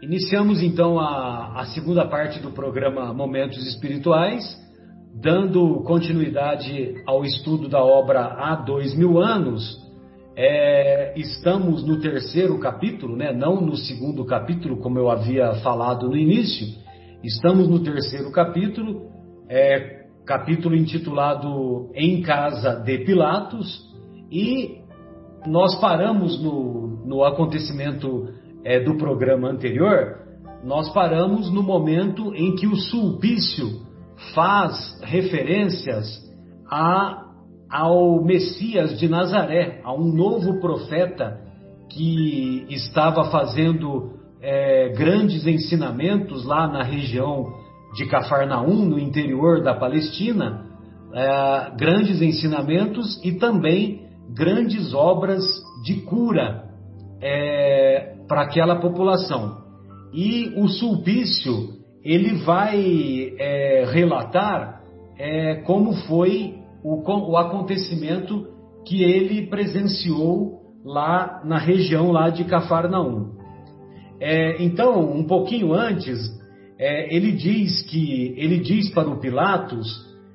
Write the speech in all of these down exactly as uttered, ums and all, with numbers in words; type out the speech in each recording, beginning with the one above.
Iniciamos então a, a segunda parte do programa Momentos Espirituais, dando continuidade ao estudo da obra Há Dois Mil Anos. É, estamos no terceiro capítulo, né? Não no segundo capítulo, como eu havia falado no início. Estamos no terceiro capítulo, é, capítulo intitulado Em Casa de Pilatos, e nós paramos no, no acontecimento é, do programa anterior. Nós paramos no momento em que o Sulpício faz referências a ao Messias de Nazaré, a um novo profeta que estava fazendo é, grandes ensinamentos lá na região de Cafarnaum, no interior da Palestina, é, grandes ensinamentos e também grandes obras de cura é, para aquela população. E o Sulpício, ele vai é, relatar é, como foi O, o acontecimento que ele presenciou lá na região lá de Cafarnaum. É, então, um pouquinho antes, é, ele diz que ele diz para o Pilatos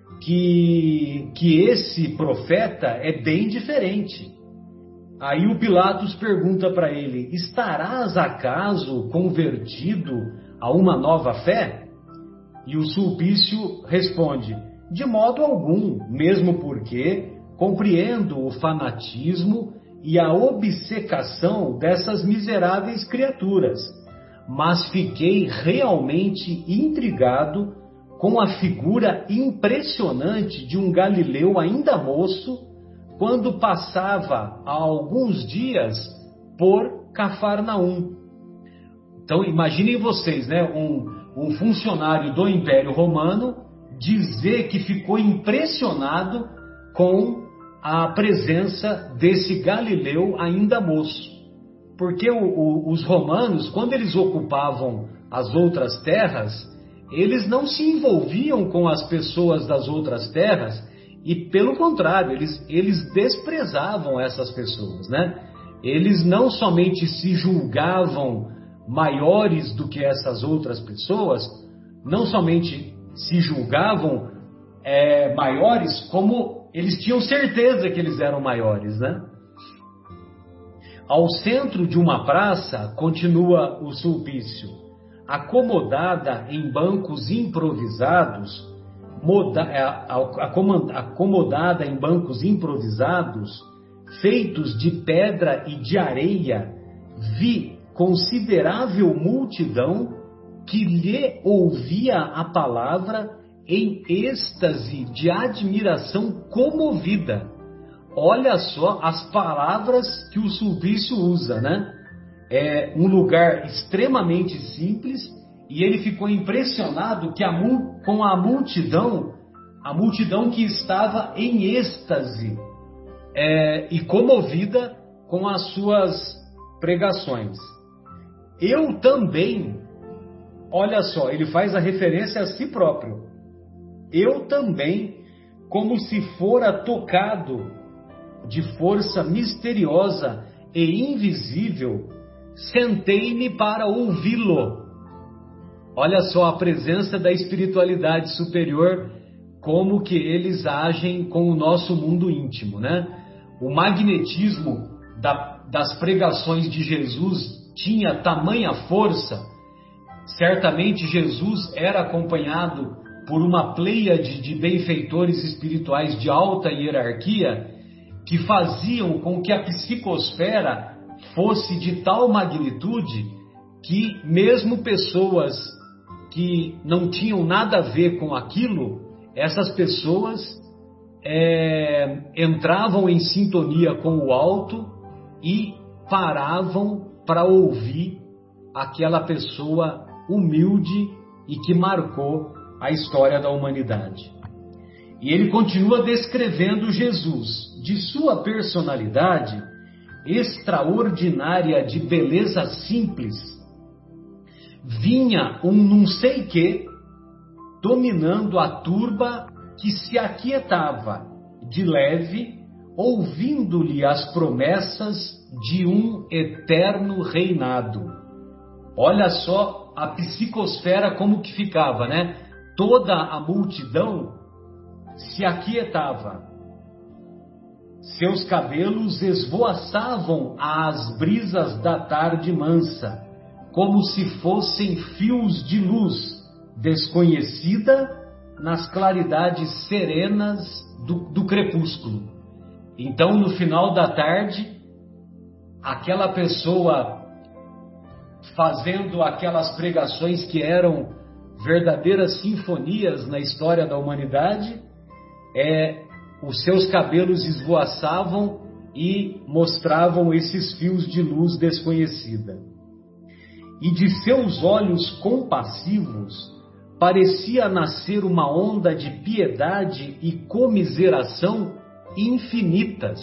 que, que esse profeta é bem diferente. Aí o Pilatos pergunta para ele: estarás acaso convertido a uma nova fé? E o Sulpício responde: de modo algum, mesmo porque compreendo o fanatismo e a obcecação dessas miseráveis criaturas, mas fiquei realmente intrigado com a figura impressionante de um galileu ainda moço, quando passava há alguns dias por Cafarnaum. Então imaginem vocês, né, um, um funcionário do Império Romano dizer que ficou impressionado com a presença desse galileu ainda moço. Porque o, o, os romanos, quando eles ocupavam as outras terras, eles não se envolviam com as pessoas das outras terras e, pelo contrário, eles, eles desprezavam essas pessoas, né? Eles não somente se julgavam maiores do que essas outras pessoas, não somente se julgavam é, maiores, como eles tinham certeza que eles eram maiores, né? Ao centro de uma praça, continua o Sulpício, acomodada em bancos improvisados, moda, acomodada em bancos improvisados, feitos de pedra e de areia, vi considerável multidão que lhe ouvia a palavra em êxtase de admiração comovida. Olha só as palavras que o Sulpício usa, né? É um lugar extremamente simples e ele ficou impressionado que a, com a multidão, a multidão que estava em êxtase é, e comovida com as suas pregações. Eu também... Olha só, ele faz a referência a si próprio. Eu também, como se fora tocado de força misteriosa e invisível, sentei-me para ouvi-lo. Olha só a presença da espiritualidade superior, como que eles agem com o nosso mundo íntimo, né? O magnetismo da, das pregações de Jesus tinha tamanha força. Certamente Jesus era acompanhado por uma pleiade de benfeitores espirituais de alta hierarquia que faziam com que a psicosfera fosse de tal magnitude que mesmo pessoas que não tinham nada a ver com aquilo, essas pessoas é, entravam em sintonia com o alto e paravam para ouvir aquela pessoa humilde e que marcou a história da humanidade. E ele continua descrevendo Jesus, de sua personalidade extraordinária de beleza simples. Vinha um não sei que, dominando a turba que se aquietava de leve, ouvindo-lhe as promessas de um eterno reinado. Olha só a psicosfera como que ficava, né? Toda a multidão se aquietava. Seus cabelos esvoaçavam às brisas da tarde mansa, como se fossem fios de luz desconhecida nas claridades serenas do, do crepúsculo. Então, no final da tarde, aquela pessoa fazendo aquelas pregações que eram verdadeiras sinfonias na história da humanidade, é, os seus cabelos esvoaçavam e mostravam esses fios de luz desconhecida. E de seus olhos compassivos parecia nascer uma onda de piedade e comiseração infinitas.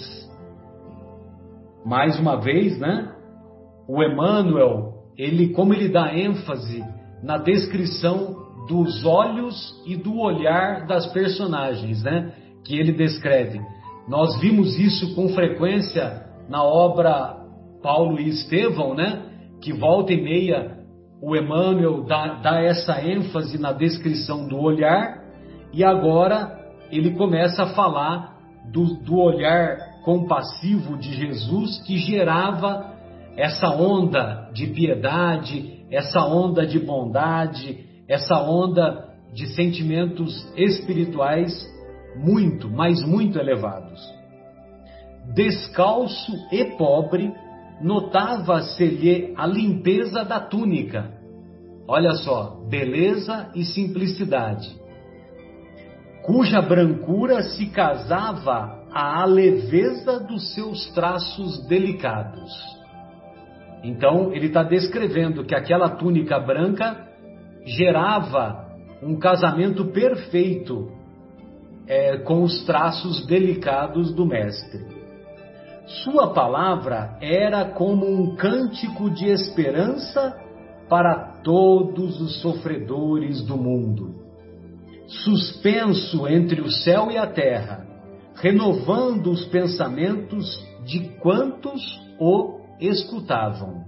Mais uma vez, né? O Emmanuel, ele, como ele dá ênfase na descrição dos olhos e do olhar das personagens, né? Que ele descreve. Nós vimos isso com frequência na obra Paulo e Estevão, né? Que volta e meia o Emmanuel dá, dá essa ênfase na descrição do olhar, e agora ele começa a falar do, do olhar compassivo de Jesus, que gerava essa onda de piedade, essa onda de bondade, essa onda de sentimentos espirituais muito, mas muito elevados. Descalço e pobre, notava-se-lhe a limpeza da túnica. Olha só, beleza e simplicidade, cuja brancura se casava à leveza dos seus traços delicados. Então, ele está descrevendo que aquela túnica branca gerava um casamento perfeito é, com os traços delicados do Mestre. Sua palavra era como um cântico de esperança para todos os sofredores do mundo. Suspenso entre o céu e a terra, renovando os pensamentos de quantos o escutavam.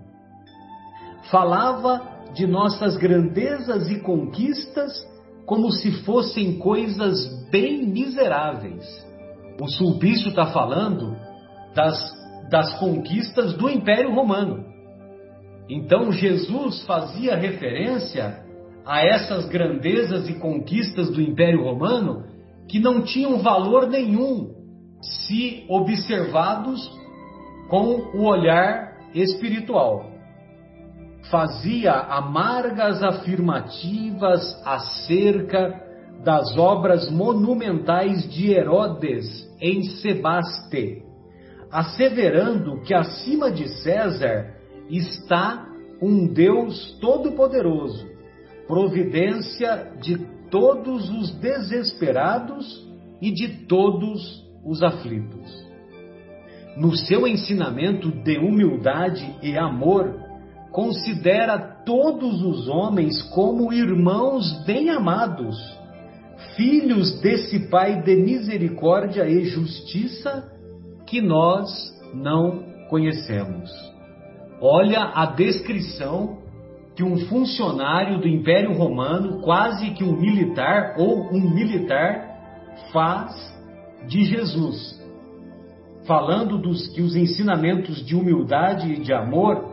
Falava de nossas grandezas e conquistas como se fossem coisas bem miseráveis. O Sulpício está falando das, das conquistas do Império Romano. Então Jesus fazia referência a essas grandezas e conquistas do Império Romano que não tinham valor nenhum se observados com o olhar espiritual. Fazia amargas afirmativas acerca das obras monumentais de Herodes em Sebaste, asseverando que acima de César está um Deus todo-poderoso, providência de todos os desesperados e de todos os aflitos. No seu ensinamento de humildade e amor, considera todos os homens como irmãos bem amados, filhos desse Pai de misericórdia e justiça que nós não conhecemos. Olha a descrição que um funcionário do Império Romano, quase que um militar ou um militar, faz de Jesus, falando dos que os ensinamentos de humildade e de amor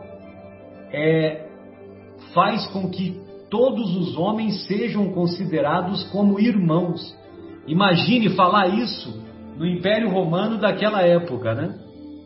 é, faz com que todos os homens sejam considerados como irmãos. Imagine falar isso no Império Romano daquela época, né?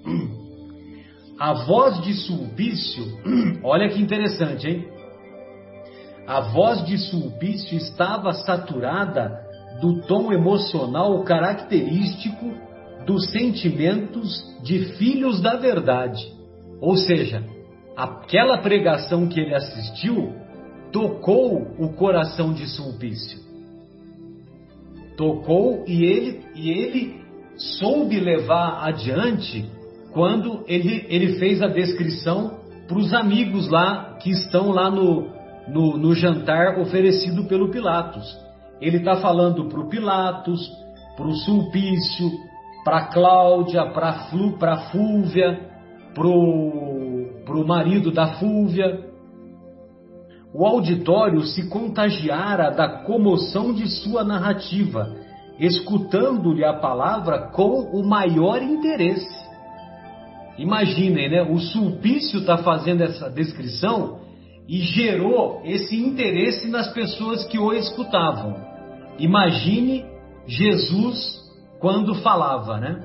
A voz de Sulpício, olha que interessante, hein? A voz de Sulpício estava saturada do tom emocional característico dos sentimentos de filhos da verdade. Ou seja, aquela pregação que ele assistiu tocou o coração de Sulpício. Tocou e ele, e ele soube levar adiante quando ele, ele fez a descrição para os amigos lá que estão lá no, no, no jantar oferecido pelo Pilatos. Ele está falando para o Pilatos, para o Sulpício, para a Cláudia, para a Fúvia, para o marido da Fúvia. o auditório se contagiara da comoção de sua narrativa, escutando-lhe a palavra com o maior interesse. Imaginem, né? O Sulpício está fazendo essa descrição e gerou esse interesse nas pessoas que o escutavam. Imagine Jesus quando falava, né?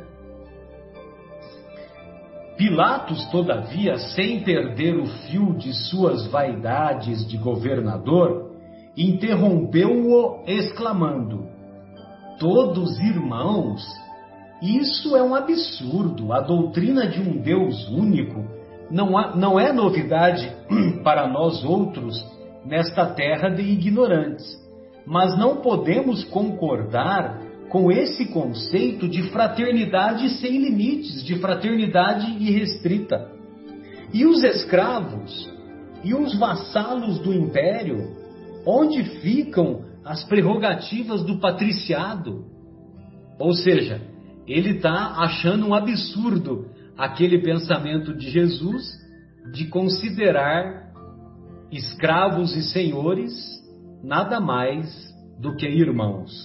Pilatos, todavia, sem perder o fio de suas vaidades de governador, interrompeu-o exclamando: todos irmãos, isso é um absurdo. A doutrina de um Deus único não, há, não é novidade para nós outros nesta terra de ignorantes, mas não podemos concordar com esse conceito de fraternidade sem limites, de fraternidade irrestrita. E os escravos e os vassalos do império, onde ficam as prerrogativas do patriciado? Ou seja, ele está achando um absurdo aquele pensamento de Jesus de considerar escravos e senhores nada mais do que irmãos.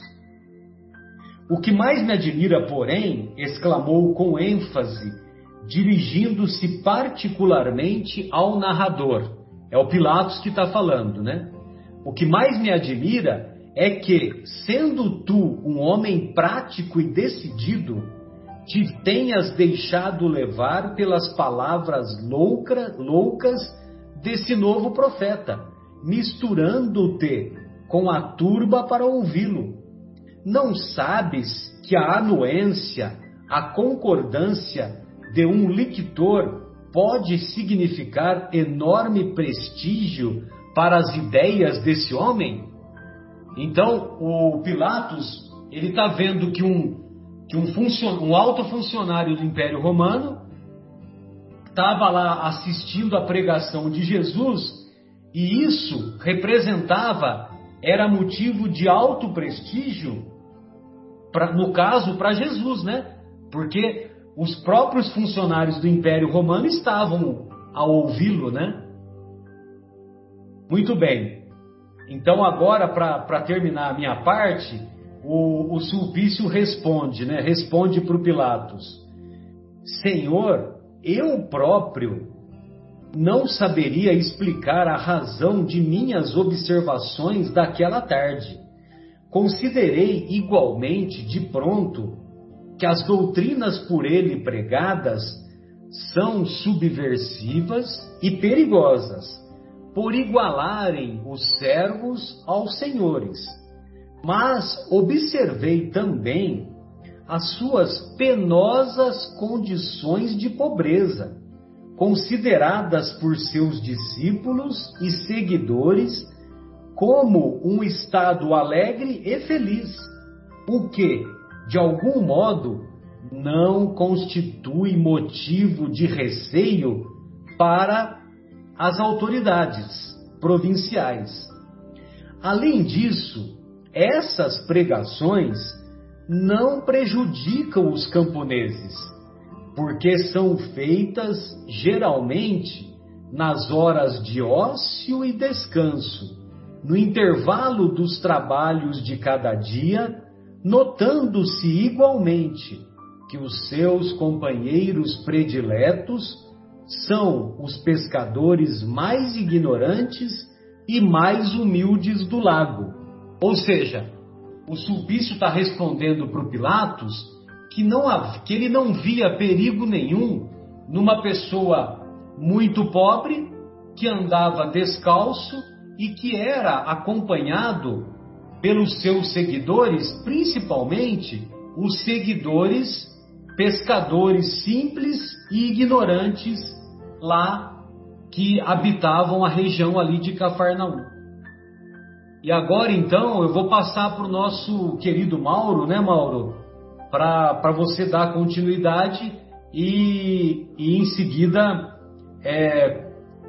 O que mais me admira, porém, exclamou com ênfase, dirigindo-se particularmente ao narrador. É o Pilatos que está falando, né? O que mais me admira é que, sendo tu um homem prático e decidido, te tenhas deixado levar pelas palavras louca, loucas desse novo profeta, misturando-te com a turba para ouvi-lo. Não sabes que a anuência, a concordância de um lictor pode significar enorme prestígio para as ideias desse homem? Então, o Pilatos, ele está vendo que, um, que um, funcion, um alto funcionário do Império Romano estava lá assistindo a pregação de Jesus, e isso representava, era motivo de alto prestígio, pra, no caso, para Jesus, né? Porque os próprios funcionários do Império Romano estavam a ouvi-lo, né? Muito bem. Então agora, para terminar a minha parte, o, o Sulpício responde, né? Responde para o Pilatos: Senhor, eu próprio não saberia explicar a razão de minhas observações daquela tarde. Considerei igualmente de pronto que as doutrinas por ele pregadas são subversivas e perigosas, por igualarem os servos aos senhores. Mas observei também as suas penosas condições de pobreza, consideradas por seus discípulos e seguidores como um estado alegre e feliz, o que, de algum modo, não constitui motivo de receio para as autoridades provinciais. Além disso, essas pregações não prejudicam os camponeses, porque são feitas geralmente nas horas de ócio e descanso, no intervalo dos trabalhos de cada dia, notando-se igualmente que os seus companheiros prediletos são os pescadores mais ignorantes e mais humildes do lago. Ou seja, o Sulpício está respondendo para o Pilatos que, não, que ele não via perigo nenhum numa pessoa muito pobre, que andava descalço e que era acompanhado pelos seus seguidores, principalmente os seguidores pescadores simples e ignorantes lá que habitavam a região ali de Cafarnaum. E agora então eu vou passar para o nosso querido Mauro, né, Mauro? Para você dar continuidade e, e em seguida é,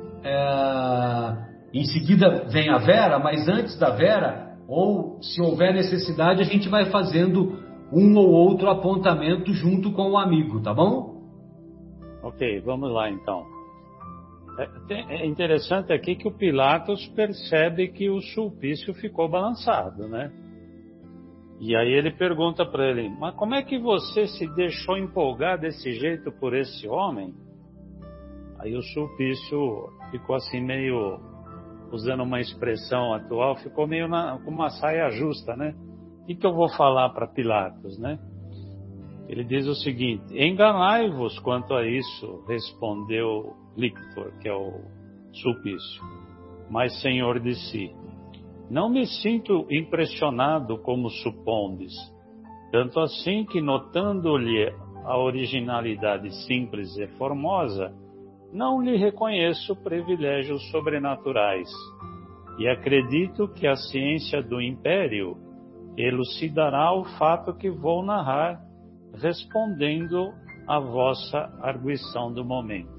é, em seguida vem a Vera, mas antes da Vera, ou se houver necessidade, a gente vai fazendo um ou outro apontamento junto com o amigo, tá bom? Ok, vamos lá então. É interessante aqui que o Pilatos percebe que o Sulpício ficou balançado, né? E aí ele pergunta para ele, mas como é que você se deixou empolgar desse jeito por esse homem? Aí o Sulpício ficou assim meio, usando uma expressão atual, ficou meio na, com uma saia justa, né? O que, que eu vou falar para Pilatos, né? Ele diz o seguinte, enganai-vos quanto a isso, respondeu Lictor, que é o Sulpício, mas Senhor de si, não me sinto impressionado como supondes, tanto assim que notando-lhe a originalidade simples e formosa, não lhe reconheço privilégios sobrenaturais, e acredito que a ciência do império elucidará o fato que vou narrar, respondendo à vossa arguição do momento.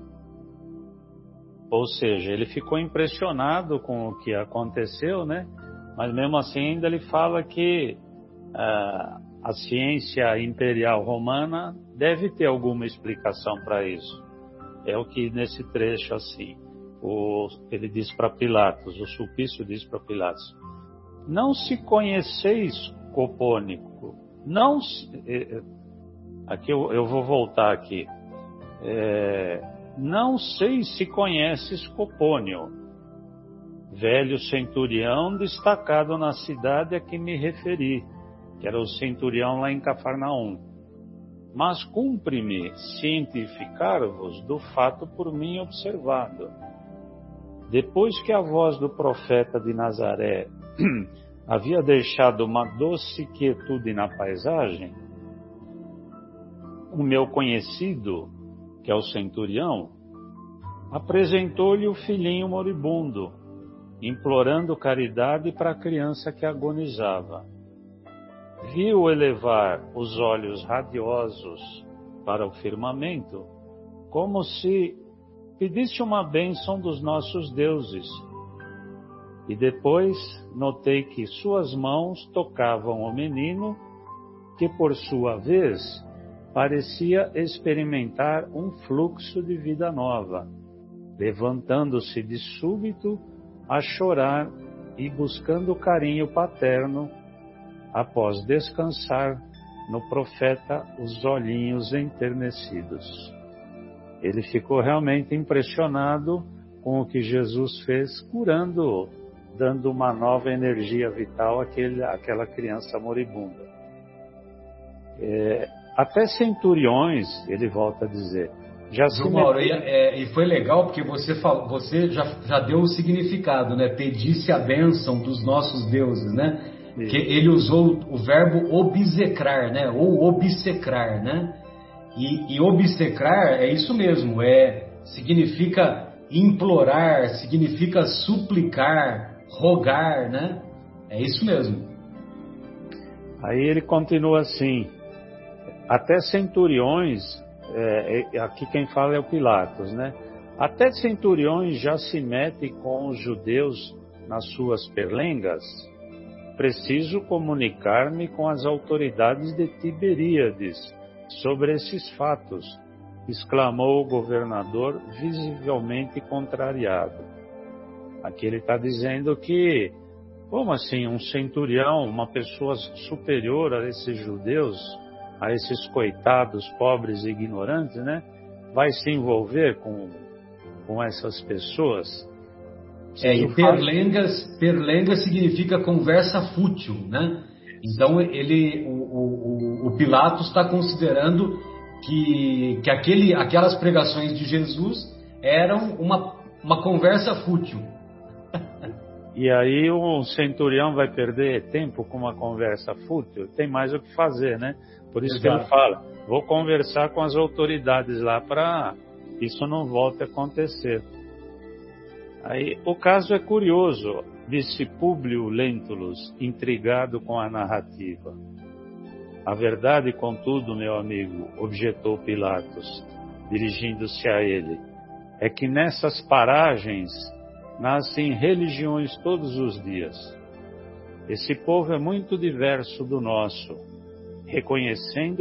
Ou seja, ele ficou impressionado com o que aconteceu, né? Mas mesmo assim ainda ele fala que ah, a ciência imperial romana deve ter alguma explicação para isso. É o que nesse trecho assim, o, ele diz para Pilatos, o Sulpício diz para Pilatos, não se conheceis Copônico, não se, aqui eu, eu vou voltar aqui, é, não sei se conheces Copônio, velho centurião destacado na cidade a que me referi, que era o centurião lá em Cafarnaum. Mas cumpre-me cientificar-vos do fato por mim observado. Depois que a voz do profeta de Nazaré havia deixado uma doce quietude na paisagem, o meu conhecido, que é o centurião, apresentou-lhe o filhinho moribundo, implorando caridade para a criança que agonizava. Viu elevar os olhos radiosos para o firmamento, como se pedisse uma bênção dos nossos deuses. E depois notei que suas mãos tocavam o menino, que por sua vez parecia experimentar um fluxo de vida nova, levantando-se de súbito a chorar e buscando carinho paterno, após descansar no profeta os olhinhos enternecidos. Ele ficou realmente impressionado com o que Jesus fez, curando, dando uma nova energia vital àquele, àquela criança moribunda. É, até centuriões, ele volta a dizer, já se Mauro, e, é, e foi legal porque você, falou, você já, já deu o significado, né? Pedisse a bênção dos nossos deuses, né? Isso. Que ele usou o verbo obsecrar, né? Ou obsecrar, né? E, e obsecrar é isso mesmo, é, significa implorar, significa suplicar, rogar, né? É isso mesmo. Aí ele continua assim, até centuriões, é, aqui quem fala é o Pilatos, né? Até centuriões já se metem com os judeus nas suas perlengas. Preciso comunicar-me com as autoridades de Tiberíades sobre esses fatos, exclamou o governador, visivelmente contrariado. Aqui ele está dizendo que, como assim, um centurião, uma pessoa superior a esses judeus, a esses coitados, pobres e ignorantes, né, vai se envolver com, com essas pessoas? É, e perlengas, perlengas significa conversa fútil, né? Então ele, o, o, o Pilatos está considerando que, que aquele, aquelas pregações de Jesus eram uma, uma conversa fútil. E aí o centurião vai perder tempo com uma conversa fútil? Tem mais o que fazer, né? Por isso Exato. Que ele fala, vou conversar com as autoridades lá para isso não volte a acontecer. Aí, o caso é curioso, disse Públio Lentulus, intrigado com a narrativa. A verdade, contudo, meu amigo, objetou Pilatos, dirigindo-se a ele, é que nessas paragens nascem religiões todos os dias. Esse povo é muito diverso do nosso,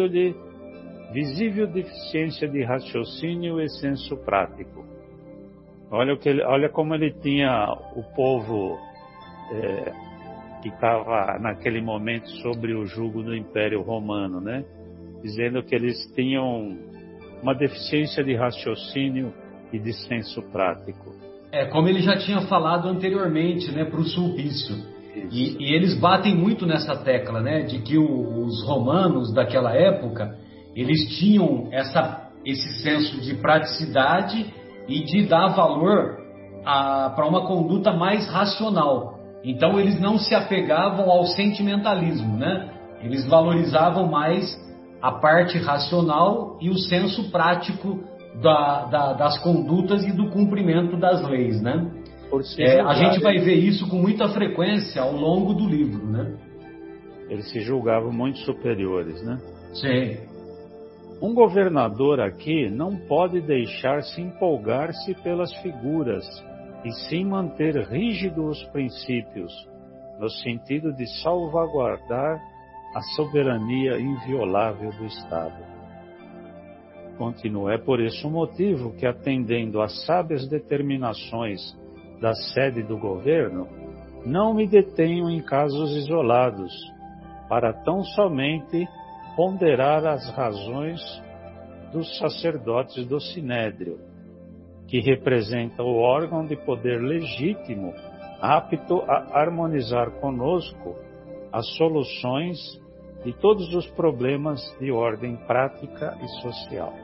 reconhecendo-lhe visível deficiência de raciocínio e senso prático. Olha, o que ele, olha como ele tinha o povo é, que estava naquele momento sobre o jugo do Império Romano, né? Dizendo que eles tinham uma deficiência de raciocínio e de senso prático. É, como ele já tinha falado anteriormente, né, para o Sulpício. E, e eles batem muito nessa tecla, né, de que o, os romanos daquela época, eles tinham essa, esse senso de praticidade e de dar valor para uma conduta mais racional. Então eles não se apegavam ao sentimentalismo, né? Eles valorizavam mais a parte racional e o senso prático da, da, das condutas e do cumprimento das leis, né? É, a gente vai ver isso com muita frequência ao longo do livro, né? Eles se julgavam muito superiores, né? Sim. Um governador aqui não pode deixar-se empolgar-se pelas figuras e sim manter rígidos os princípios, no sentido de salvaguardar a soberania inviolável do Estado. Continua, é por esse motivo que, atendendo às sábias determinações da sede do governo, não me detenho em casos isolados, para tão somente ponderar as razões dos sacerdotes do Sinédrio, que representa o órgão de poder legítimo, apto a harmonizar conosco as soluções de todos os problemas de ordem prática e social.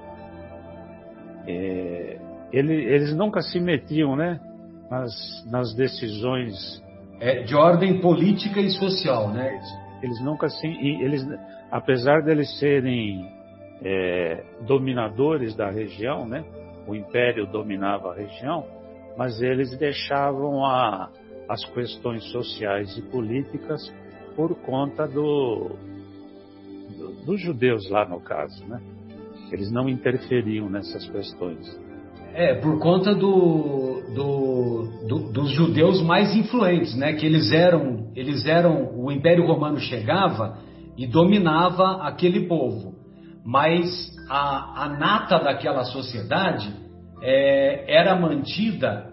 É, ele, eles nunca se metiam, né, nas, nas decisões é, de ordem política e social, né? Eles nunca se, eles, apesar de eles serem é, dominadores da região, né, o império dominava a região, mas eles deixavam a, as questões sociais e políticas por conta do, do, dos judeus lá no caso, né? Eles não interferiam nessas questões. É, por conta do, do, do, dos judeus mais influentes, né? Que eles eram, eles eram, o Império Romano chegava e dominava aquele povo. Mas a, a nata daquela sociedade é, era mantida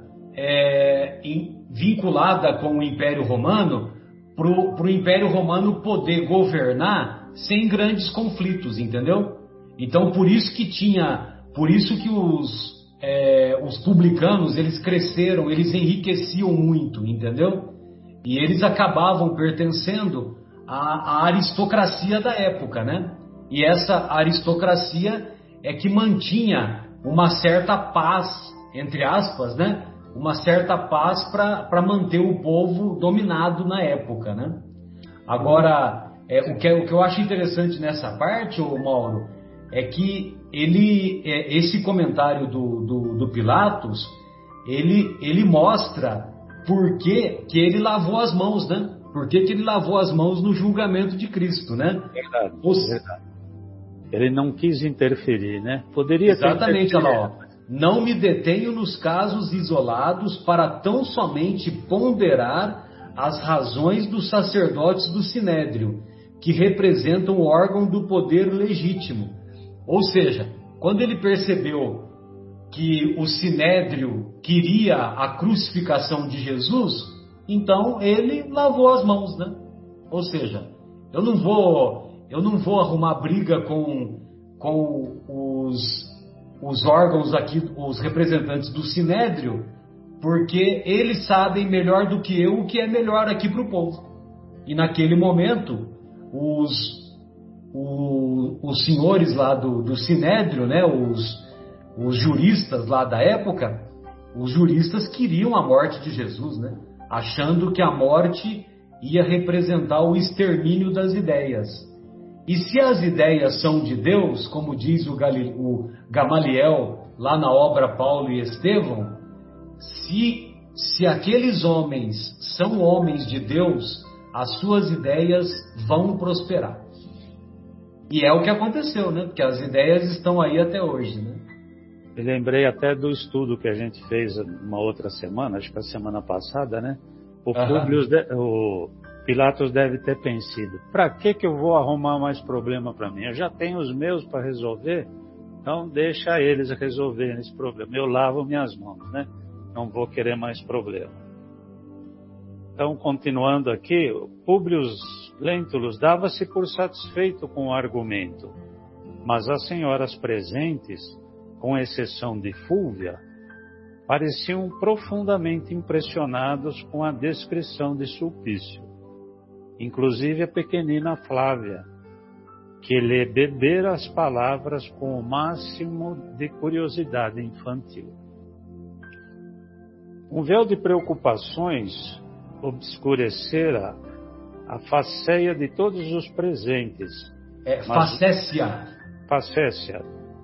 é, em, vinculada com o Império Romano para o Império Romano poder governar sem grandes conflitos, entendeu? Então por isso que tinha, por isso que os É, os publicanos, eles cresceram, eles enriqueciam muito, entendeu? E eles acabavam pertencendo à, à aristocracia da época, né? E essa aristocracia é que mantinha uma certa paz, entre aspas, né? Uma certa paz para manter o povo dominado na época, né? Agora, é, o, que, o que eu acho interessante nessa parte, ô Mauro, é que ele, esse comentário do, do, do Pilatos, ele, ele mostra por que, que ele lavou as mãos, né? Por que, que ele lavou as mãos no julgamento de Cristo, né? Verdade, Os... verdade. Ele não quis interferir, né? Poderia Exatamente, ter olha lá, ó. Não me detenho nos casos isolados para tão somente ponderar as razões dos sacerdotes do Sinédrio, que representam o órgão do poder legítimo. Ou seja, quando ele percebeu que o Sinédrio queria a crucificação de Jesus, então ele lavou as mãos, né? Ou seja, eu não vou, eu não vou arrumar briga com, com os, os órgãos aqui, os representantes do Sinédrio, porque eles sabem melhor do que eu o que é melhor aqui para o povo. E naquele momento, os O, os senhores lá do, do Sinédrio, né, os, os juristas lá da época, os juristas queriam a morte de Jesus, né, achando que a morte ia representar o extermínio das ideias. E se as ideias são de Deus, como diz o, Gali, o Gamaliel lá na obra Paulo e Estevão, se, se aqueles homens são homens de Deus, as suas ideias vão prosperar. E é o que aconteceu, né? Porque as ideias estão aí até hoje, né? Me lembrei até do estudo que a gente fez uma outra semana, acho que a semana passada, né? O, Publius de, o Pilatos deve ter pensado, para que que eu vou arrumar mais problema para mim? Eu já tenho os meus para resolver, então deixa eles resolverem esse problema. Eu lavo minhas mãos, né? não vou querer mais problema. Então, continuando aqui, Públio Lentulus dava-se por satisfeito com o argumento, mas as senhoras presentes, com exceção de Fúvia, pareciam profundamente impressionados com a descrição de Sulpício, inclusive a pequenina Flávia, que lhe bebera as palavras com o máximo de curiosidade infantil. Um véu de preocupações obscurecera a facécia de todos os presentes. É, facécia. Facécia.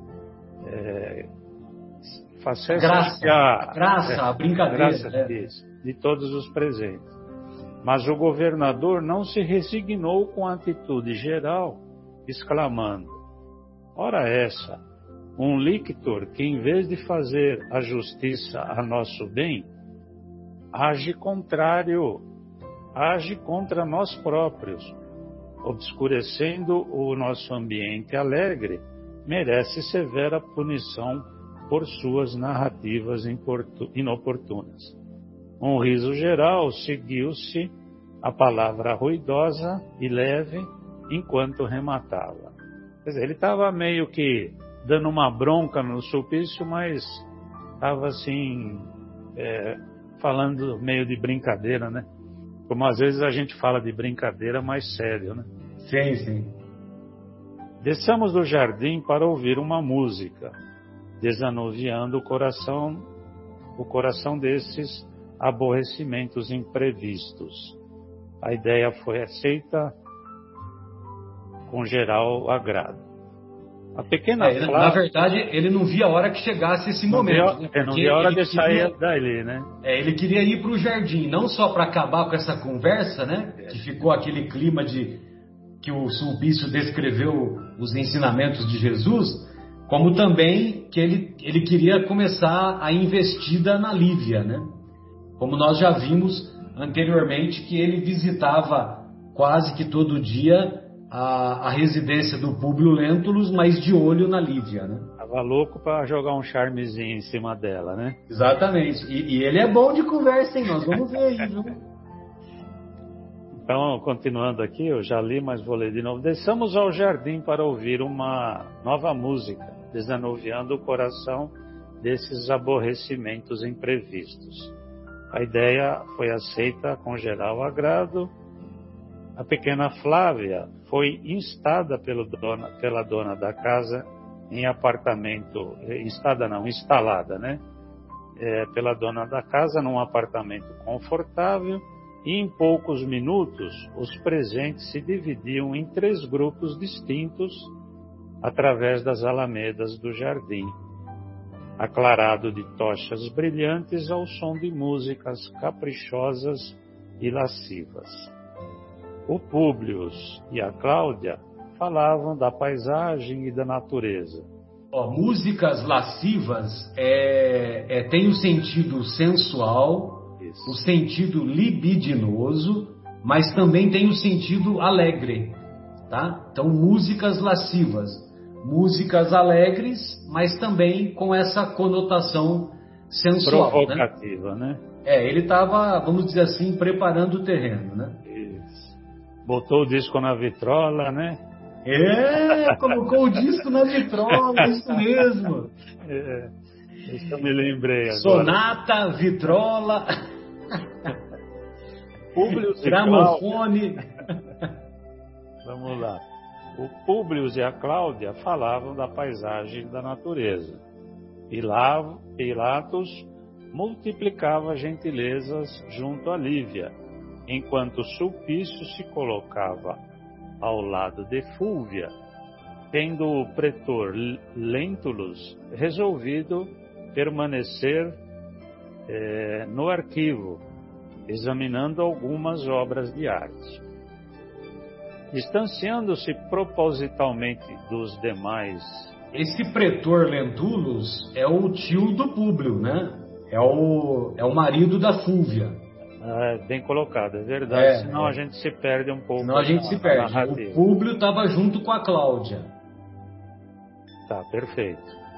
É, facécia. Graça, a, graça, é, a brincadeira. Graça, é. isso, de todos os presentes. Mas o governador não se resignou com a atitude geral, exclamando: ora essa, um lictor que em vez de fazer a justiça a nosso bem, age contrário, age contra nós próprios, obscurecendo o nosso ambiente alegre, merece severa punição por suas narrativas inoportunas. Um riso geral seguiu-se a palavra ruidosa e leve enquanto rematava. Quer dizer, ele estava meio que dando uma bronca no Sulpício, mas estava assim, é, falando meio de brincadeira, né? Como às vezes a gente fala de brincadeira mais sério, né? Sim, sim. Desçamos do jardim para ouvir uma música, desanuviando o coração, o coração desses aborrecimentos imprevistos. A ideia foi aceita com geral agrado. A pequena é, Flávia, na verdade, ele não via a hora que chegasse esse não momento. Via, né? é, não via a hora de queria, sair dali, né? É, ele queria ir para o jardim, não só para acabar com essa conversa, né? Que ficou aquele clima de que o Sulpício descreveu os ensinamentos de Jesus, como também que ele, ele queria começar a investida na Lívia, né? Como nós já vimos anteriormente, que ele visitava quase que todo dia a, a residência do Públio Lentulus, mas de olho na Lívia, né? Tava louco para jogar um charmezinho em cima dela, né? Exatamente. E, e ele é bom de conversa, hein? Nós vamos ver aí, viu? Então, continuando aqui, eu já li, mas vou ler de novo. Desçamos ao jardim para ouvir uma nova música, desanuviando o coração desses aborrecimentos imprevistos. A ideia foi aceita com geral agrado. A pequena Flávia foi instada pelo dona, pela dona da casa em apartamento, instada não, instalada, né? É, pela dona da casa num apartamento confortável, e em poucos minutos os presentes se dividiam em três grupos distintos através das alamedas do jardim, aclarado de tochas brilhantes ao som de músicas caprichosas e lascivas. O Públio e a Cláudia falavam da paisagem e da natureza. Ó, músicas lascivas é, é, tem o sentido sensual, Isso. o sentido libidinoso, mas também tem o sentido alegre, tá? Então, músicas lascivas, músicas alegres, mas também com essa conotação sensual, provocativa, né? né? É, ele estava, vamos dizer assim, preparando o terreno, né? Isso. Botou o disco na vitrola, né? É, colocou o disco na vitrola, isso mesmo. É, isso eu me lembrei agora. Sonata, vitrola, Públio gramofone. Vamos lá. O Públio e a Cláudia falavam da paisagem e da natureza. Pilatos multiplicava gentilezas junto a Lívia, enquanto Sulpício se colocava ao lado de Fúvia, tendo o pretor Lentulus resolvido permanecer eh, no arquivo, examinando algumas obras de arte. Distanciando-se propositalmente dos demais. Esse pretor Lentulus é o tio do Públio, né? É o, é o marido da Fúvia. Ah, bem colocado, é verdade. É, senão é. a gente se perde um pouco. Senão a gente na, se perde. O Públio estava junto com a Cláudia. Tá, perfeito.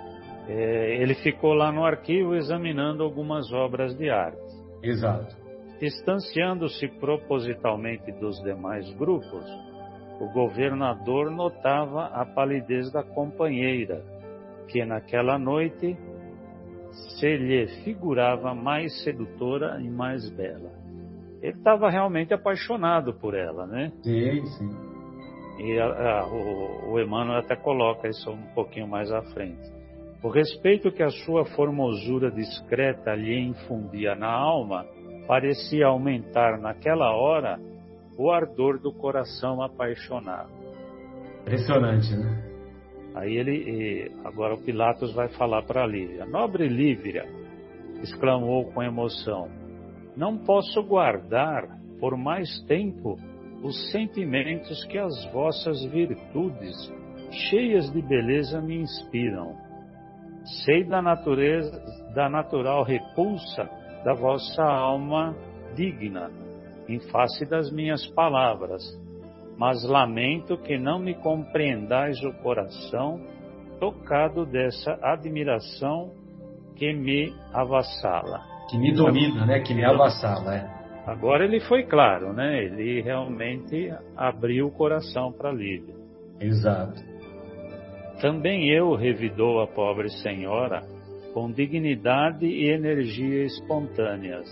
é, ele ficou lá no arquivo examinando algumas obras de arte. Exato. Distanciando-se propositalmente dos demais grupos, o governador notava a palidez da companheira, que naquela noite se lhe figurava mais sedutora e mais bela. Ele estava realmente apaixonado por ela, né? Sim, sim. E a, a, o, o Emmanuel até coloca isso um pouquinho mais à frente. O respeito que a sua formosura discreta lhe infundia na alma parecia aumentar naquela hora o ardor do coração apaixonado. Impressionante, né? Aí ele, agora o Pilatos vai falar para Lívia. Nobre Lívia, exclamou com emoção, não posso guardar por mais tempo os sentimentos que as vossas virtudes, cheias de beleza, me inspiram. Sei da natureza, da natural repulsa da vossa alma digna, em face das minhas palavras, mas lamento que não me compreendais o coração tocado dessa admiração que me avassala. Que me domina, né? Que me avassala, é. Agora ele foi claro, né? Ele realmente abriu o coração para Lívia. Exato. Também eu, revidou a pobre senhora, com dignidade e energia espontâneas.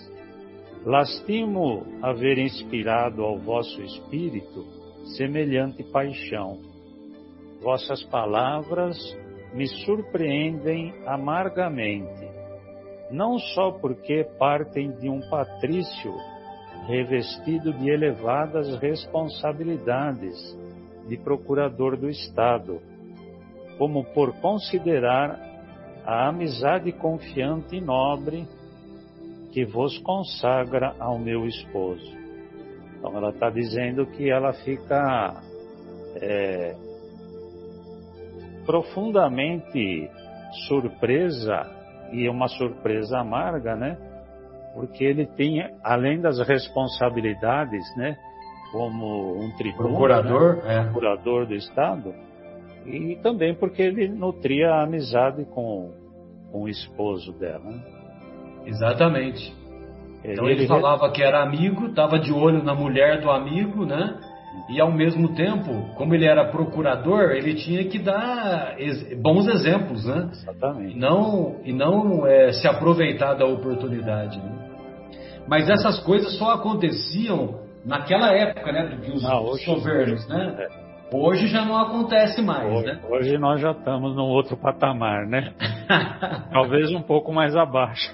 Lastimo haver inspirado ao vosso espírito semelhante paixão. Vossas palavras me surpreendem amargamente, não só porque partem de um patrício revestido de elevadas responsabilidades de procurador do Estado, como por considerar a amizade confiante e nobre que vos consagra ao meu esposo. Então ela está dizendo que ela fica é, profundamente surpresa, e uma surpresa amarga, né? Porque ele tem, além das responsabilidades, né? Como um tribuno, procurador, né? é. procurador do Estado, e também porque ele nutria a amizade com, com o esposo dela. Né? Exatamente. Então ele, ele falava que era amigo, estava de olho na mulher do amigo, né? E ao mesmo tempo, como ele era procurador, ele tinha que dar ex- bons exemplos, né? Exatamente. E não, e não é, se aproveitar da oportunidade, né? Mas essas coisas só aconteciam naquela época, né? Dos, não, dos hoje, governos, né? É. Hoje já não acontece mais, hoje, né? Hoje nós já estamos num outro patamar, né? Talvez um pouco mais abaixo.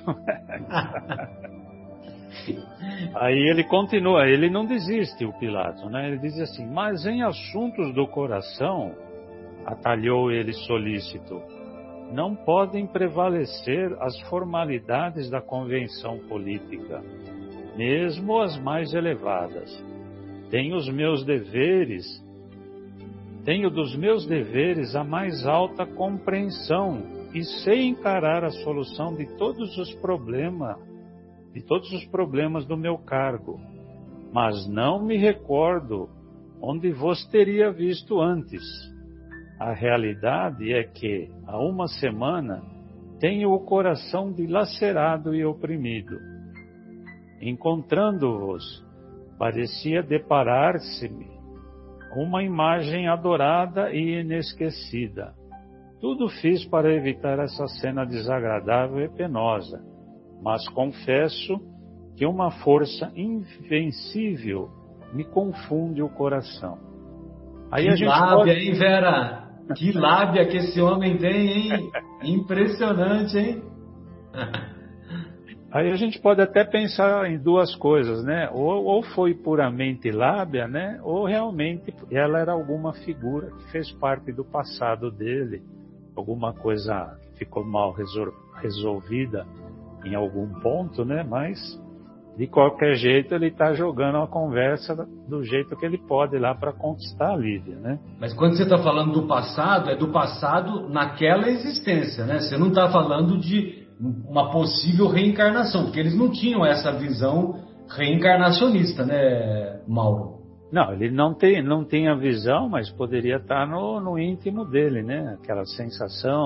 Aí ele continua, ele não desiste, o Pilatos, né? Ele diz assim, mas em assuntos do coração, atalhou ele solícito, não podem prevalecer as formalidades da convenção política, mesmo as mais elevadas. Tenho os meus deveres, tenho dos meus deveres a mais alta compreensão e sei encarar a solução de todos os problemas de todos os problemas do meu cargo, mas não me recordo onde vos teria visto antes. A realidade é que, há uma semana, tenho o coração dilacerado e oprimido. Encontrando-vos, parecia deparar-se-me uma imagem adorada e inesquecida. Tudo fiz para evitar essa cena desagradável e penosa, mas confesso que uma força invencível me confunde o coração. Aí que a gente lábia, pode... hein, Vera? Que lábia que esse homem tem, hein? Impressionante, hein? Aí a gente pode até pensar em duas coisas, né? Ou, ou foi puramente lábia, né? Ou realmente ela era alguma figura que fez parte do passado dele, alguma coisa que ficou mal resol... resolvida em algum ponto, né? Mas de qualquer jeito ele está jogando a conversa do jeito que ele pode lá para conquistar a Lívia, né? Mas quando você está falando do passado, é do passado naquela existência, né? Você não está falando de uma possível reencarnação, porque eles não tinham essa visão reencarnacionista, né, Mauro? Não, ele não tem, não tem a visão, mas poderia estar no, no íntimo dele, né? Aquela sensação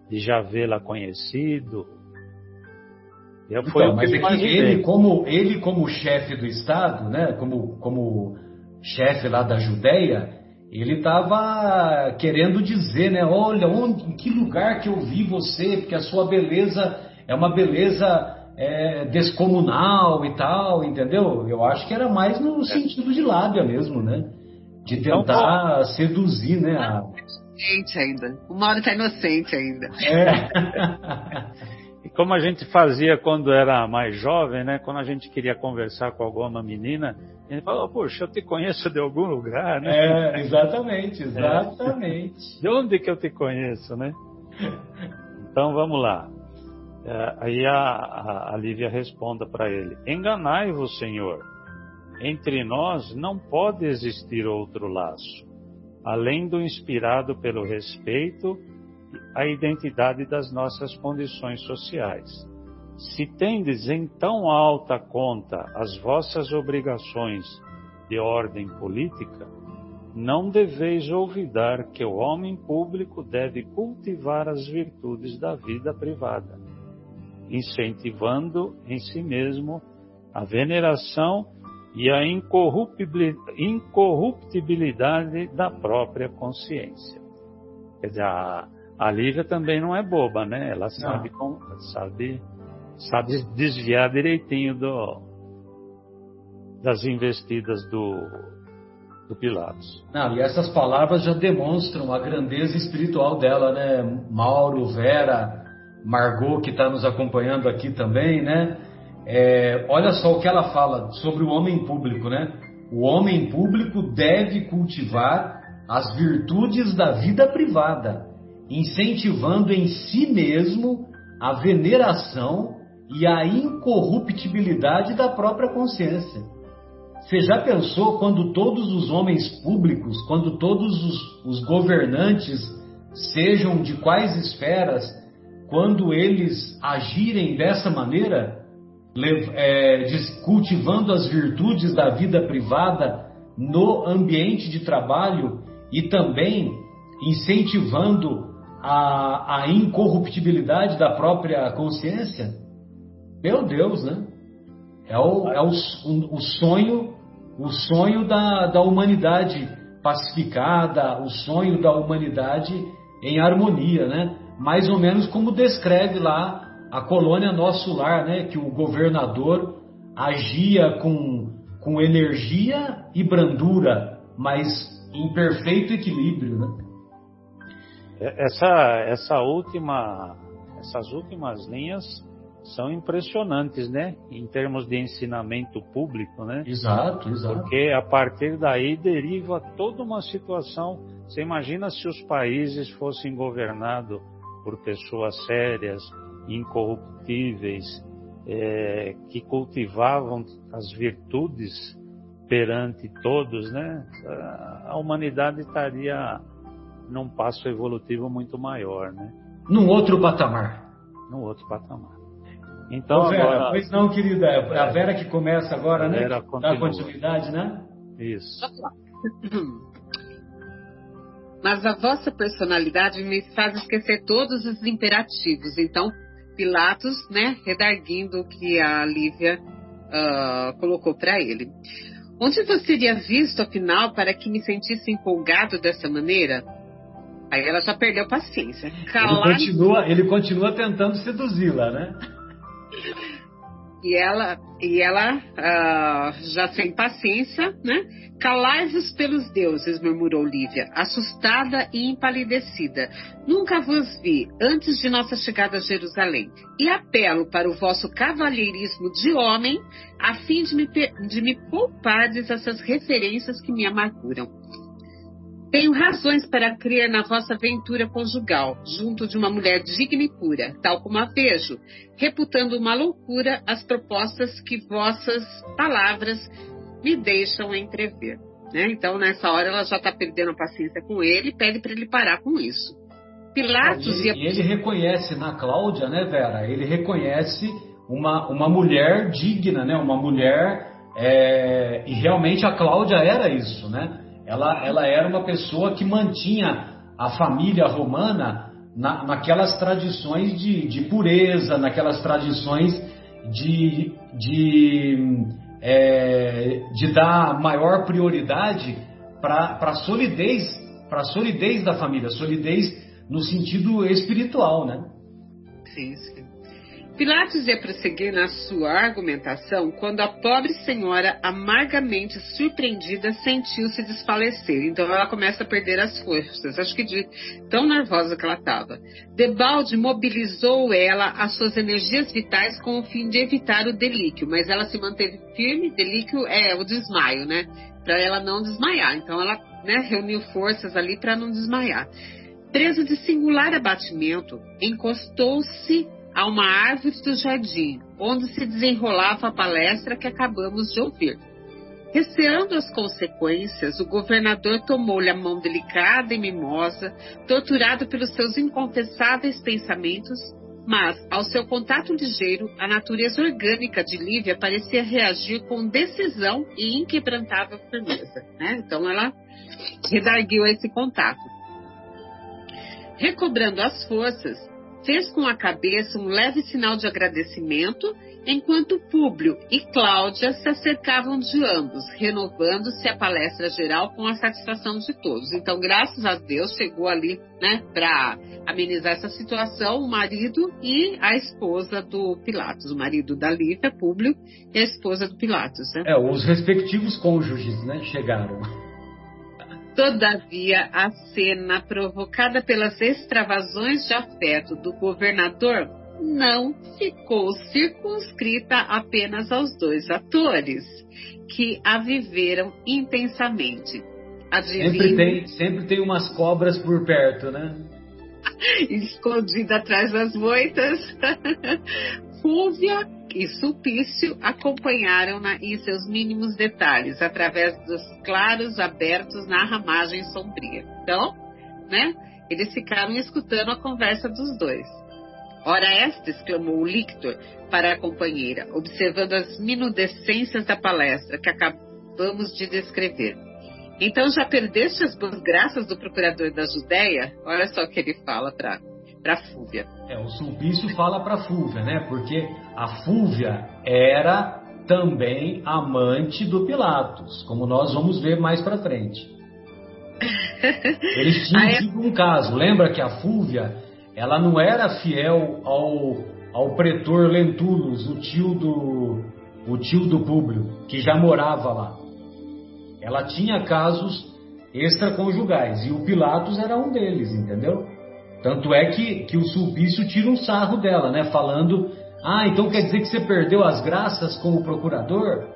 de já vê-la conhecido. Eu, então, foi o que mas eu é que imaginei. ele como, ele, como chefe do Estado, né, como, como chefe lá da Judéia, ele estava querendo dizer, né, olha, onde, em que lugar que eu vi você, porque a sua beleza é uma beleza é, descomunal e tal, entendeu? Eu acho que era mais no sentido de lábia mesmo, né? De Então, tentar seduzir, né? A... Inocente ainda. O Mauro tá inocente ainda. É. E como a gente fazia quando era mais jovem, né? Quando a gente queria conversar com alguma menina, a gente falava, poxa, eu te conheço de algum lugar, né? É, exatamente, exatamente. É. De onde que eu te conheço, né? Então vamos lá. É, aí a, a, a Lívia responda para ele: enganai-vos, Senhor. Entre nós não pode existir outro laço, além do inspirado pelo respeito à identidade das nossas condições sociais. Se tendes em tão alta conta as vossas obrigações de ordem política, não deveis olvidar que o homem público deve cultivar as virtudes da vida privada, incentivando em si mesmo a veneração e a incorruptibilidade da própria consciência. Quer dizer, a, a Lívia também não é boba, né? Ela sabe, com, sabe, sabe desviar direitinho do, das investidas do, do Pilatos. Não, e essas palavras já demonstram a grandeza espiritual dela, né? Mauro, Vera, Margot, que está nos acompanhando aqui também, né? É, olha só o que ela fala sobre o homem público, né? O homem público deve cultivar as virtudes da vida privada, incentivando em si mesmo a veneração e a incorruptibilidade da própria consciência. Você já pensou quando todos os homens públicos, quando todos os, os governantes, sejam de quais esferas, quando eles agirem dessa maneira, é, cultivando as virtudes da vida privada no ambiente de trabalho e também incentivando a, a incorruptibilidade da própria consciência? Meu Deus, né? É o, é o, o sonho, o sonho da, da humanidade pacificada, o sonho da humanidade em harmonia, né? Mais ou menos como descreve lá a colônia Nosso Lar, né? Que o governador agia com, com energia e brandura, mas em perfeito equilíbrio, né? Essa, essa última, essas últimas linhas são impressionantes, né? Em termos de ensinamento público, né? Exato, exato. Porque a partir daí deriva toda uma situação. Você imagina se os países fossem governados por pessoas sérias, incorruptíveis, é, que cultivavam as virtudes perante todos, né? A humanidade estaria num passo evolutivo muito maior, né? Num outro patamar. Num outro patamar. Então, Ô, Vera, agora... pois não, querida, é a Vera que começa agora, a né? Vera Dá continuidade, né? Isso. Mas a vossa personalidade me faz esquecer todos os imperativos. Então, Pilatos, né, redarguindo o que a Lívia uh, colocou para ele. Onde você teria visto, afinal, para que me sentisse empolgado dessa maneira? Aí ela já perdeu paciência. Calar... Ele, continua, ele continua tentando seduzi-la, né? E ela, e ela uh, já sem paciência, né? Calai-vos pelos deuses, murmurou Lívia, assustada e empalidecida. Nunca vos vi antes de nossa chegada a Jerusalém. E apelo para o vosso cavalheirismo de homem, a fim de me, de me poupardes essas referências que me amarguram. Tenho razões para crer na vossa aventura conjugal, junto de uma mulher digna e pura, tal como a vejo, reputando uma loucura as propostas que vossas palavras me deixam entrever. Né? Então, nessa hora, ela já está perdendo a paciência com ele e pede para ele parar com isso. Pilatos e ele, ia... ele reconhece na Cláudia, né, Vera? Ele reconhece uma, uma mulher digna, né? Uma mulher... É... E realmente a Cláudia era isso, né? Ela, ela era uma pessoa que mantinha a família romana na, naquelas tradições de, de pureza, naquelas tradições de, de, é, de dar maior prioridade para a solidez, para a solidez da família, solidez no sentido espiritual, né? Sim, sim. Pilatos ia prosseguir na sua argumentação quando a pobre senhora, amargamente surpreendida, sentiu-se desfalecer. Então ela começa a perder as forças, acho que de tão nervosa que ela estava. Debalde mobilizou ela as suas energias vitais com o fim de evitar o delíquio, mas ela se manteve firme. Delíquio é o desmaio, né? Para ela não desmaiar. Então ela, né, reuniu forças ali para não desmaiar. Presa de singular abatimento, encostou-se a uma árvore do jardim, onde se desenrolava a palestra que acabamos de ouvir. Receando as consequências, o governador tomou-lhe a mão delicada e mimosa, torturado pelos seus inconfessáveis pensamentos, mas, ao seu contato ligeiro, a natureza orgânica de Lívia parecia reagir com decisão e inquebrantável firmeza, né? Então ela redarguiu esse contato. Recobrando as forças, fez com a cabeça um leve sinal de agradecimento, enquanto Públio e Cláudia se acercavam de ambos, renovando-se a palestra geral com a satisfação de todos. Então, graças a Deus, chegou ali, né, para amenizar essa situação, o marido e a esposa do Pilatos, o marido da Lívia, Públio, e a esposa do Pilatos, né? É, os respectivos cônjuges, né, chegaram. Todavia, a cena provocada pelas extravasões de afeto do governador não ficou circunscrita apenas aos dois atores, que a viveram intensamente. Adivinhe... Sempre tem, sempre tem umas cobras por perto, né? Escondida atrás das moitas, Fúvia e Sulpício acompanharam-na em seus mínimos detalhes, através dos claros abertos na ramagem sombria. Então, né, eles ficaram escutando a conversa dos dois. Ora esta, exclamou o lictor para a companheira, observando as minudescências da palestra que acabamos de descrever. Então já perdeste as boas graças do procurador da Judéia? Olha só o que ele fala para para Fúvia. É, o Sulpício fala para Fúvia, né? Porque a Fúvia era também amante do Pilatos, como nós vamos ver mais para frente. Eles tinham tido um caso. Lembra que a Fúvia, ela não era fiel ao, ao pretor Lentulus, o tio do o tio do Públio, que já morava lá. Ela tinha casos extraconjugais e o Pilatos era um deles, entendeu? Tanto é que, que o Sulpício tira um sarro dela, né? Falando, ah, então quer dizer que você perdeu as graças como procurador?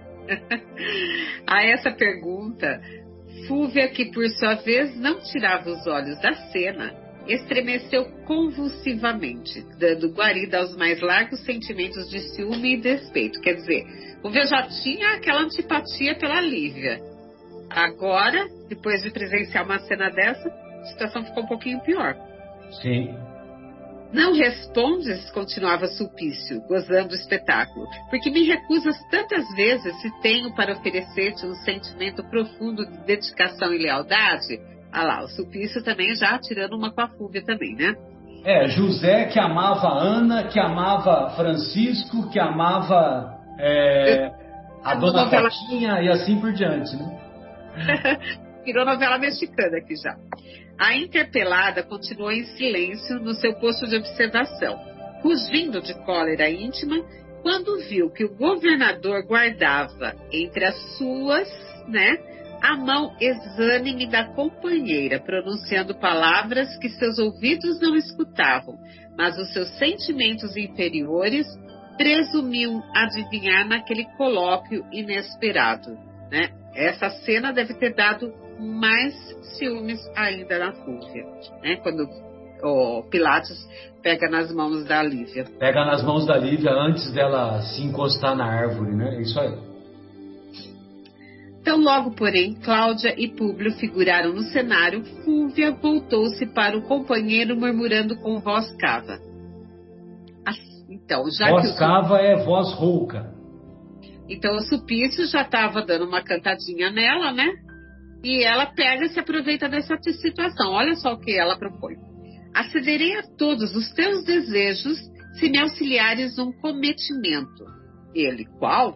A essa pergunta, Fúvia, que por sua vez não tirava os olhos da cena, estremeceu convulsivamente, dando guarida aos mais largos sentimentos de ciúme e despeito. Quer dizer, Fúvia já tinha aquela antipatia pela Lívia. Agora, depois de presenciar uma cena dessa, a situação ficou um pouquinho pior. Sim. Não respondes, continuava Sulpício, gozando do espetáculo, porque me recusas tantas vezes se tenho para oferecer-te um sentimento profundo de dedicação e lealdade? Ah lá, o Sulpício também já tirando uma com a Fúvia também, né? É, José que amava Ana, que amava Francisco, que amava é, a Dona novela... Fatinha e assim por diante, né? Virou novela mexicana aqui já. A interpelada continuou em silêncio no seu posto de observação, rugindo de cólera íntima, quando viu que o governador guardava entre as suas, né, a mão exânime da companheira, pronunciando palavras que seus ouvidos não escutavam, mas os seus sentimentos inferiores presumiam adivinhar naquele colóquio inesperado, né? Essa cena deve ter dado mais ciúmes ainda na Fúvia, né? Quando o Pilatos pega nas mãos da Lívia. Pega nas mãos da Lívia antes dela se encostar na árvore, né? Isso aí. Então, logo, porém, Cláudia e Públio figuraram no cenário, Fúvia voltou-se para o companheiro murmurando com voz cava. Então, já voz que o... cava é voz rouca. Então o Sulpício já estava dando uma cantadinha nela, né? E ela pega e se aproveita dessa situação. Olha só o que ela propõe. Acederei a todos os teus desejos se me auxiliares num cometimento. Ele, qual?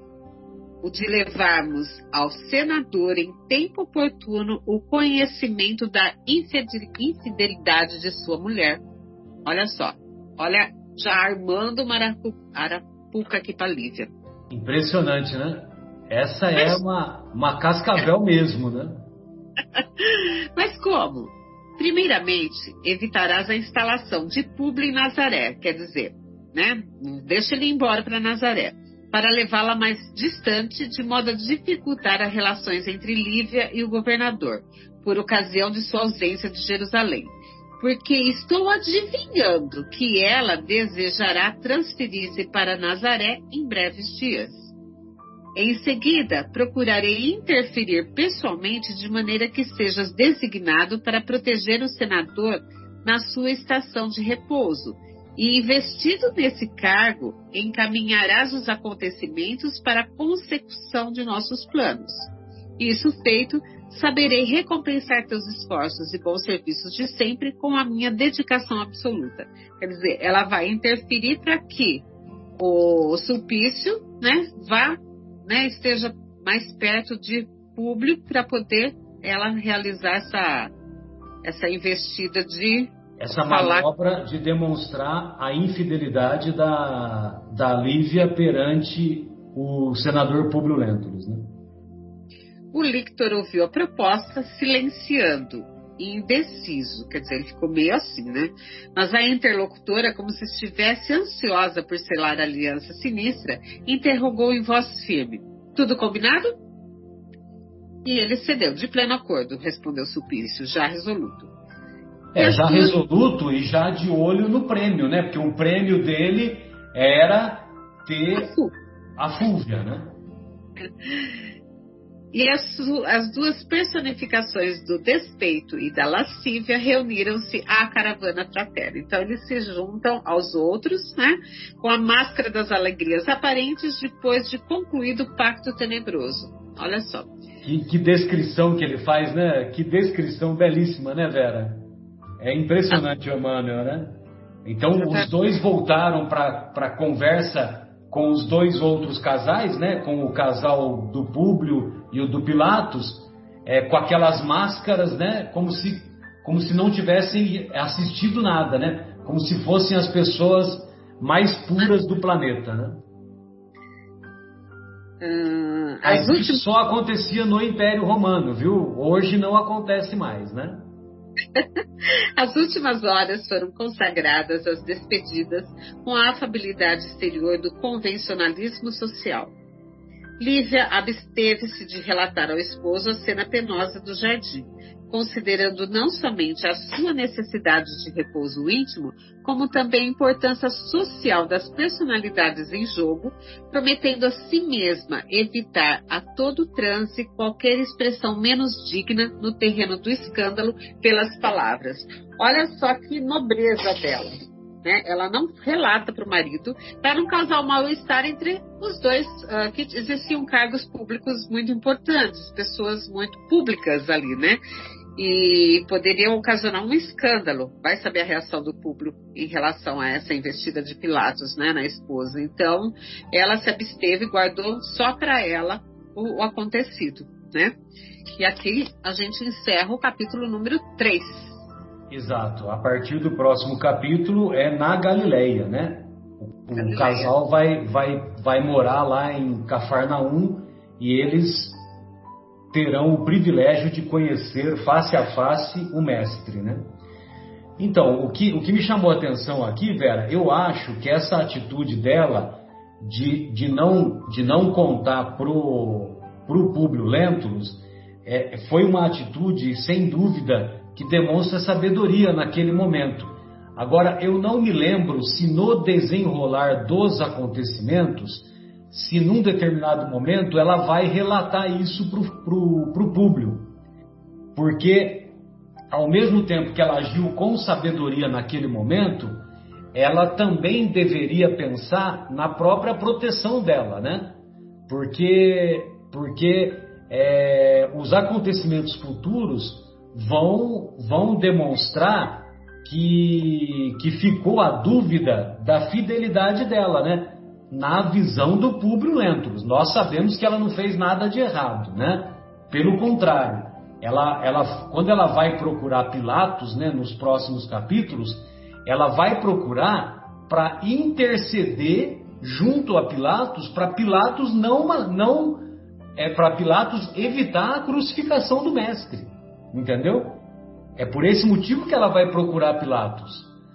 O de levarmos ao senador em tempo oportuno o conhecimento da infidelidade de sua mulher. Olha só, olha, já armando uma arapuca aqui para Lívia. Impressionante, né? Essa é uma, uma cascavel mesmo, né? Mas como? Primeiramente, evitarás a instalação de Públio em Nazaré, quer dizer, né? Deixa ele ir embora para Nazaré, para levá-la mais distante, de modo a dificultar as relações entre Lívia e o governador, por ocasião de sua ausência de Jerusalém. Porque estou adivinhando que ela desejará transferir-se para Nazaré em breves dias. Em seguida, procurarei interferir pessoalmente de maneira que sejas designado para proteger o senador na sua estação de repouso, e, investido nesse cargo, encaminharás os acontecimentos para a consecução de nossos planos. Isso feito, saberei recompensar teus esforços e bons serviços de sempre com a minha dedicação absoluta. Quer dizer, ela vai interferir para que o Sulpício, né, vá, né, esteja mais perto de Públio para poder ela realizar essa, essa investida de essa falar... manobra de demonstrar a infidelidade da, da Lívia perante o senador Públio Lentulus, né? O lictor ouviu a proposta silenciando e indeciso, quer dizer, ele ficou meio assim, né? Mas a interlocutora, como se estivesse ansiosa por selar a aliança sinistra, interrogou em voz firme: tudo combinado? E ele cedeu, de pleno acordo, respondeu Sulpício, já resoluto. É, já resoluto e já de olho no prêmio, né? Porque o prêmio dele era ter a Fúvia, né? E as, as duas personificações do despeito e da lascívia reuniram-se à caravana fraterna. Então eles se juntam aos outros, né, com a máscara das alegrias aparentes depois de concluído o pacto tenebroso. Olha só. Que, que descrição que ele faz, né? Que descrição belíssima, né, Vera? É impressionante, ah. Emmanuel, né? Então os dois voltaram para a conversa com os dois outros casais, né, com o casal do Públio e o do Pilatos, é, com aquelas máscaras, né, como se, como se não tivessem assistido nada, né, como se fossem as pessoas mais puras do planeta, né? Hum, Mas últimas... isso só acontecia no Império Romano, viu? Hoje não acontece mais, né? As últimas horas foram consagradas às despedidas com a afabilidade exterior do convencionalismo social. Lívia absteve-se de relatar ao esposo a cena penosa do jardim, considerando não somente a sua necessidade de repouso íntimo, como também a importância social das personalidades em jogo, prometendo a si mesma evitar a todo transe qualquer expressão menos digna no terreno do escândalo pelas palavras. Olha só que nobreza dela, né? Ela não relata para o marido para não causar um mal-estar entre os dois, uh, que existiam cargos públicos muito importantes, pessoas muito públicas ali, né? E poderiam ocasionar um escândalo. Vai saber a reação do público em relação a essa investida de Pilatos, né, na esposa. Então, ela se absteve e guardou só para ela o, o acontecido, né? E aqui a gente encerra o capítulo número três. Exato. A partir do próximo capítulo é na Galileia, né? O, o casal vai, vai, vai morar lá em Cafarnaum e eles terão o privilégio de conhecer face a face o mestre, né? Então, o que, o que me chamou a atenção aqui, Vera, eu acho que essa atitude dela de, de, não, de não contar pro, pro Públio Lentulus é, foi uma atitude, sem dúvida, que demonstra sabedoria naquele momento. Agora, eu não me lembro se no desenrolar dos acontecimentos, se num determinado momento ela vai relatar isso para o Públio. Porque, ao mesmo tempo que ela agiu com sabedoria naquele momento, ela também deveria pensar na própria proteção dela, né? Porque, porque é, os acontecimentos futuros vão, vão demonstrar que, que ficou a dúvida da fidelidade dela, né? Na visão do Públio Lentulus. Nós sabemos que ela não fez nada de errado, né? Pelo contrário, ela, ela, quando ela vai procurar Pilatos, né, nos próximos capítulos, ela vai procurar para interceder junto a Pilatos, para Pilatos não, não é para Pilatos evitar a crucificação do mestre, entendeu? É por esse motivo que ela vai procurar Pilatos.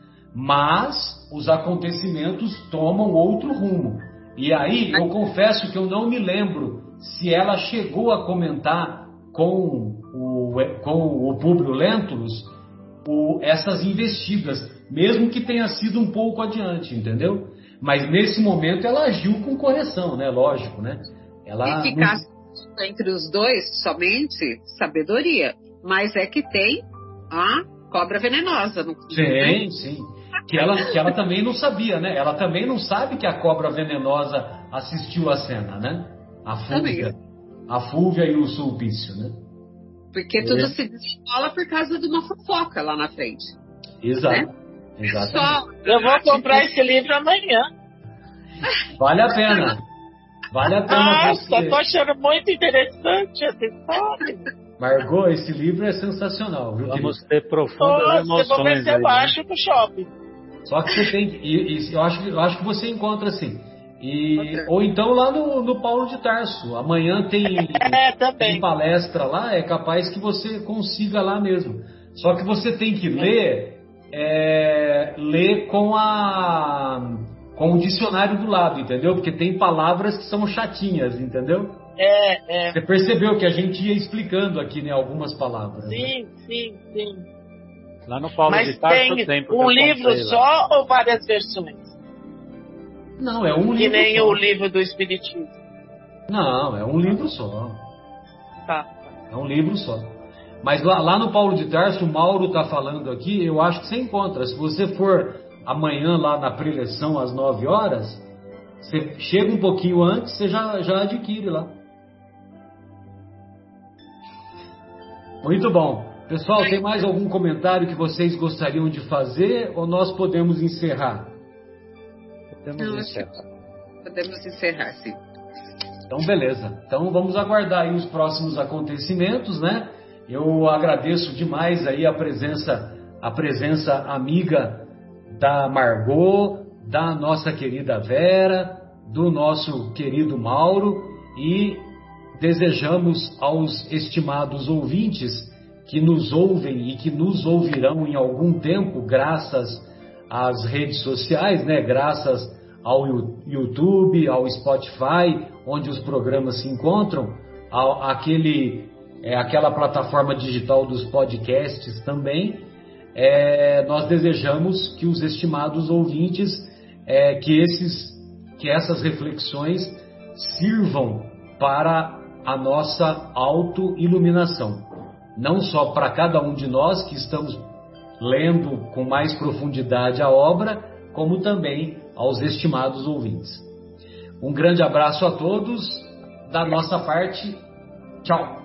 Mas os acontecimentos tomam outro rumo. E aí, eu confesso que eu não me lembro se ela chegou a comentar com o, com o Públio Lentulus o, essas investidas, mesmo que tenha sido um pouco adiante, entendeu? Mas nesse momento ela agiu com correção, né? Lógico, né? Ela Se ficasse não... entre os dois, somente sabedoria. Mas é que tem a cobra venenosa. No... Sim, né? Sim. Que ela, que ela também não sabia, né? Ela também não sabe que a cobra venenosa assistiu a cena, né? A Fúvia, a Fúvia e o Sulpício, né? Porque é. Tudo se desenrola por causa de uma fofoca lá na frente. Exato. Né? Só, eu vou comprar esse livro amanhã. Vale a pena. Vale a pena. Nossa, você... tô achando muito interessante essa história. Margot, esse livro é sensacional, viu? Vamos ter profundas emoções. Você vai ver se eu acho no shopping. Só que você tem que. E, e, eu, acho, eu acho que você encontra assim. E, okay. Ou então lá no, no Paulo de Tarso. Amanhã tem, é, tem palestra lá, é capaz que você consiga lá mesmo. Só que você tem que ler, é, ler com, a, com o dicionário do lado, entendeu? Porque tem palavras que são chatinhas, entendeu? É, é. Você percebeu que a gente ia explicando aqui, né, algumas palavras. Sim, né? sim, sim. Lá no Paulo Mas de Tarso tem, tem um livro só ou várias versões? Não, é um que livro nem só. O livro do Espiritismo. Não, é um livro só. Tá. É um livro só. Mas lá, lá no Paulo de Tarso, o Mauro está falando aqui, eu acho que você encontra. Se você for amanhã lá na preleção às nove horas, você chega um pouquinho antes, você já, já adquire lá. Muito bom. Pessoal, tem mais algum comentário que vocês gostariam de fazer ou nós podemos encerrar? Podemos Não, encerrar. Podemos encerrar, sim. Então, beleza. Então, vamos aguardar aí os próximos acontecimentos, né? Eu agradeço demais aí a presença, a presença amiga da Margot, da nossa querida Vera, do nosso querido Mauro e desejamos aos estimados ouvintes que nos ouvem e que nos ouvirão em algum tempo, graças às redes sociais, né? Graças ao YouTube, ao Spotify, onde os programas se encontram, ao, aquele, é, aquela plataforma digital dos podcasts também. É, nós desejamos que os estimados ouvintes, é, que, esses, que essas reflexões sirvam para a nossa autoiluminação. Não só para cada um de nós que estamos lendo com mais profundidade a obra, como também aos estimados ouvintes. Um grande abraço a todos, da nossa parte, tchau!